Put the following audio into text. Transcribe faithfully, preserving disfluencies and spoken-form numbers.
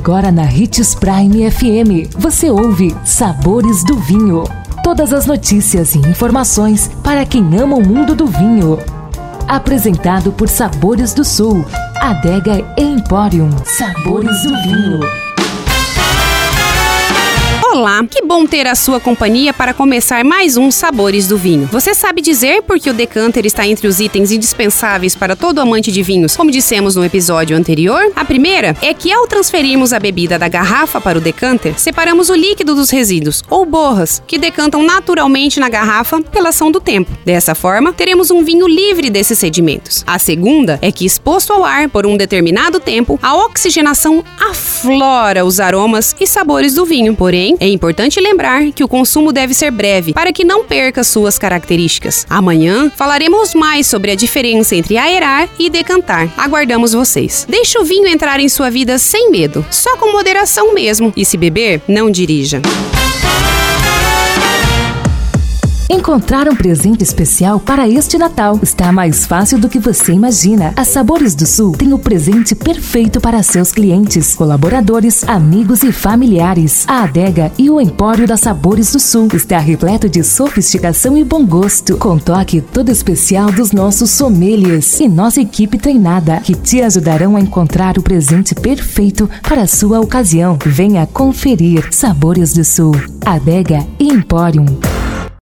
Agora na Hits Prime F M, você ouve Sabores do Vinho. Todas as notícias e informações para quem ama o mundo do vinho. Apresentado por Sabores do Sul, Adega Emporium. Sabores do Vinho. Olá, que bom ter a sua companhia para começar mais um Sabores do Vinho. Você sabe dizer por que o decanter está entre os itens indispensáveis para todo amante de vinhos, como dissemos no episódio anterior? A primeira é que ao transferirmos a bebida da garrafa para o decanter, separamos o líquido dos resíduos, ou borras, que decantam naturalmente na garrafa pela ação do tempo. Dessa forma, teremos um vinho livre desses sedimentos. A segunda é que, exposto ao ar por um determinado tempo, a oxigenação aflora os aromas e sabores do vinho. Porém, é importante lembrar que o consumo deve ser breve, para que não perca suas características. Amanhã falaremos mais sobre a diferença entre aerar e decantar. Aguardamos vocês. Deixe o vinho entrar em sua vida sem medo, só com moderação mesmo. E se beber, não dirija. Encontrar um presente especial para este Natal está mais fácil do que você imagina. A Sabores do Sul tem o presente perfeito para seus clientes, colaboradores, amigos e familiares. A adega e o empório da Sabores do Sul está repleto de sofisticação e bom gosto, com toque todo especial dos nossos sommeliers e nossa equipe treinada, que te ajudarão a encontrar o presente perfeito para a sua ocasião. Venha conferir. Sabores do Sul, Adega e Empório.